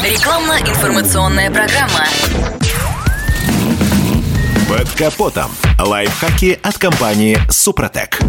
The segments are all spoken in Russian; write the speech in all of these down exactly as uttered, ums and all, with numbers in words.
Рекламно-информационная программа. Под капотом. Лайфхаки от компании «Супротек».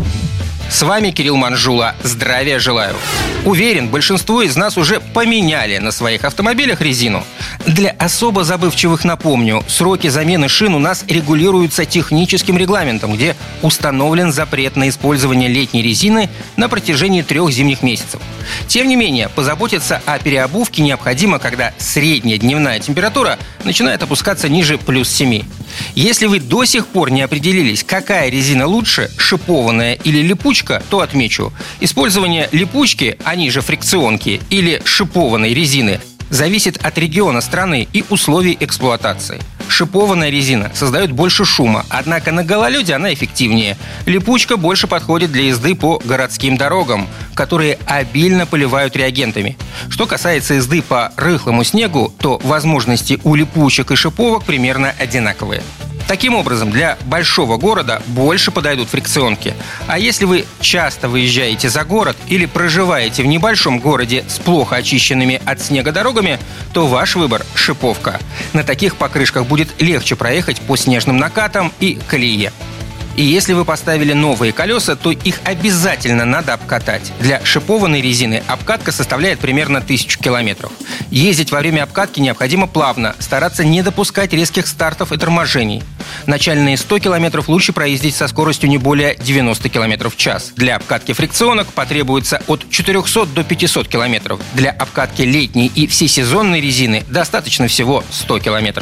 С вами Кирилл Манжула. Здравия желаю. Уверен, большинство из нас уже поменяли на своих автомобилях резину. Для особо забывчивых напомню, сроки замены шин у нас регулируются техническим регламентом, где установлен запрет на использование летней резины на протяжении трех зимних месяцев. Тем не менее, позаботиться о переобувке необходимо, когда средняя дневная температура начинает опускаться ниже плюс семи. Если вы до сих пор не определились, какая резина лучше, шипованная или липучка, то отмечу: использование липучки, они же фрикционки, или шипованной резины зависит от региона страны и условий эксплуатации. Шипованная резина создает больше шума, однако на гололеде она эффективнее. Липучка больше подходит для езды по городским дорогам, которые обильно поливают реагентами. Что касается езды по рыхлому снегу, то возможности у липучек и шиповок примерно одинаковые. Таким образом, для большого города больше подойдут фрикционки. А если вы часто выезжаете за город или проживаете в небольшом городе с плохо очищенными от снега дорогами, то ваш выбор – шиповка. На таких покрышках будет легче проехать по снежным накатам и колее. И если вы поставили новые колеса, то их обязательно надо обкатать. Для шипованной резины обкатка составляет примерно тысячу километров. Ездить во время обкатки необходимо плавно, стараться не допускать резких стартов и торможений. Начальные сто километров лучше проездить со скоростью не более девяносто километров в час. Для обкатки фрикционок потребуется от четырехсот до пятисот километров. Для обкатки летней и всесезонной резины достаточно всего сто километров.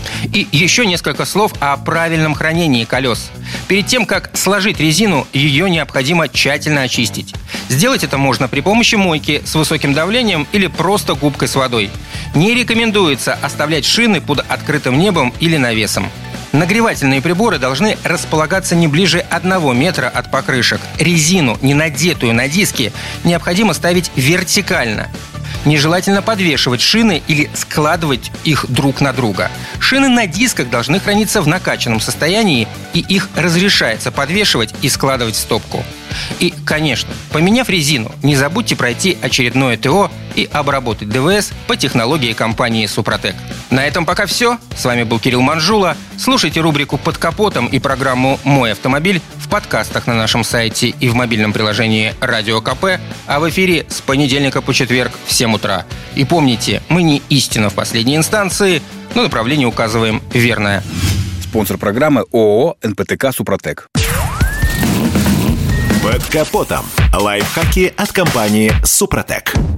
И еще несколько слов о правильном хранении колес. Перед тем, как сложить резину, ее необходимо тщательно очистить. Сделать это можно при помощи мойки с высоким давлением или просто губкой с водой. Не рекомендуется оставлять шины под открытым небом или навесом. Нагревательные приборы должны располагаться не ближе одного метра от покрышек. Резину, не надетую на диски, необходимо ставить вертикально. Нежелательно подвешивать шины или складывать их друг на друга. Шины на дисках должны храниться в накачанном состоянии, и их разрешается подвешивать и складывать в стопку. И, конечно, поменяв резину, не забудьте пройти очередное ТО и обработать ДВС по технологии компании «Супротек». На этом пока все. С вами был Кирилл Манжула. Слушайте рубрику «Под капотом» и программу «Мой автомобиль» в подкастах на нашем сайте и в мобильном приложении «Радио КП», а в эфире с понедельника по четверг в семь утра. И помните, мы не истина в последней инстанции, но направление указываем верное. Спонсор программы ООО «эн пэ тэ ка Супротек». Под капотом. Лайфхаки от компании «Супротек».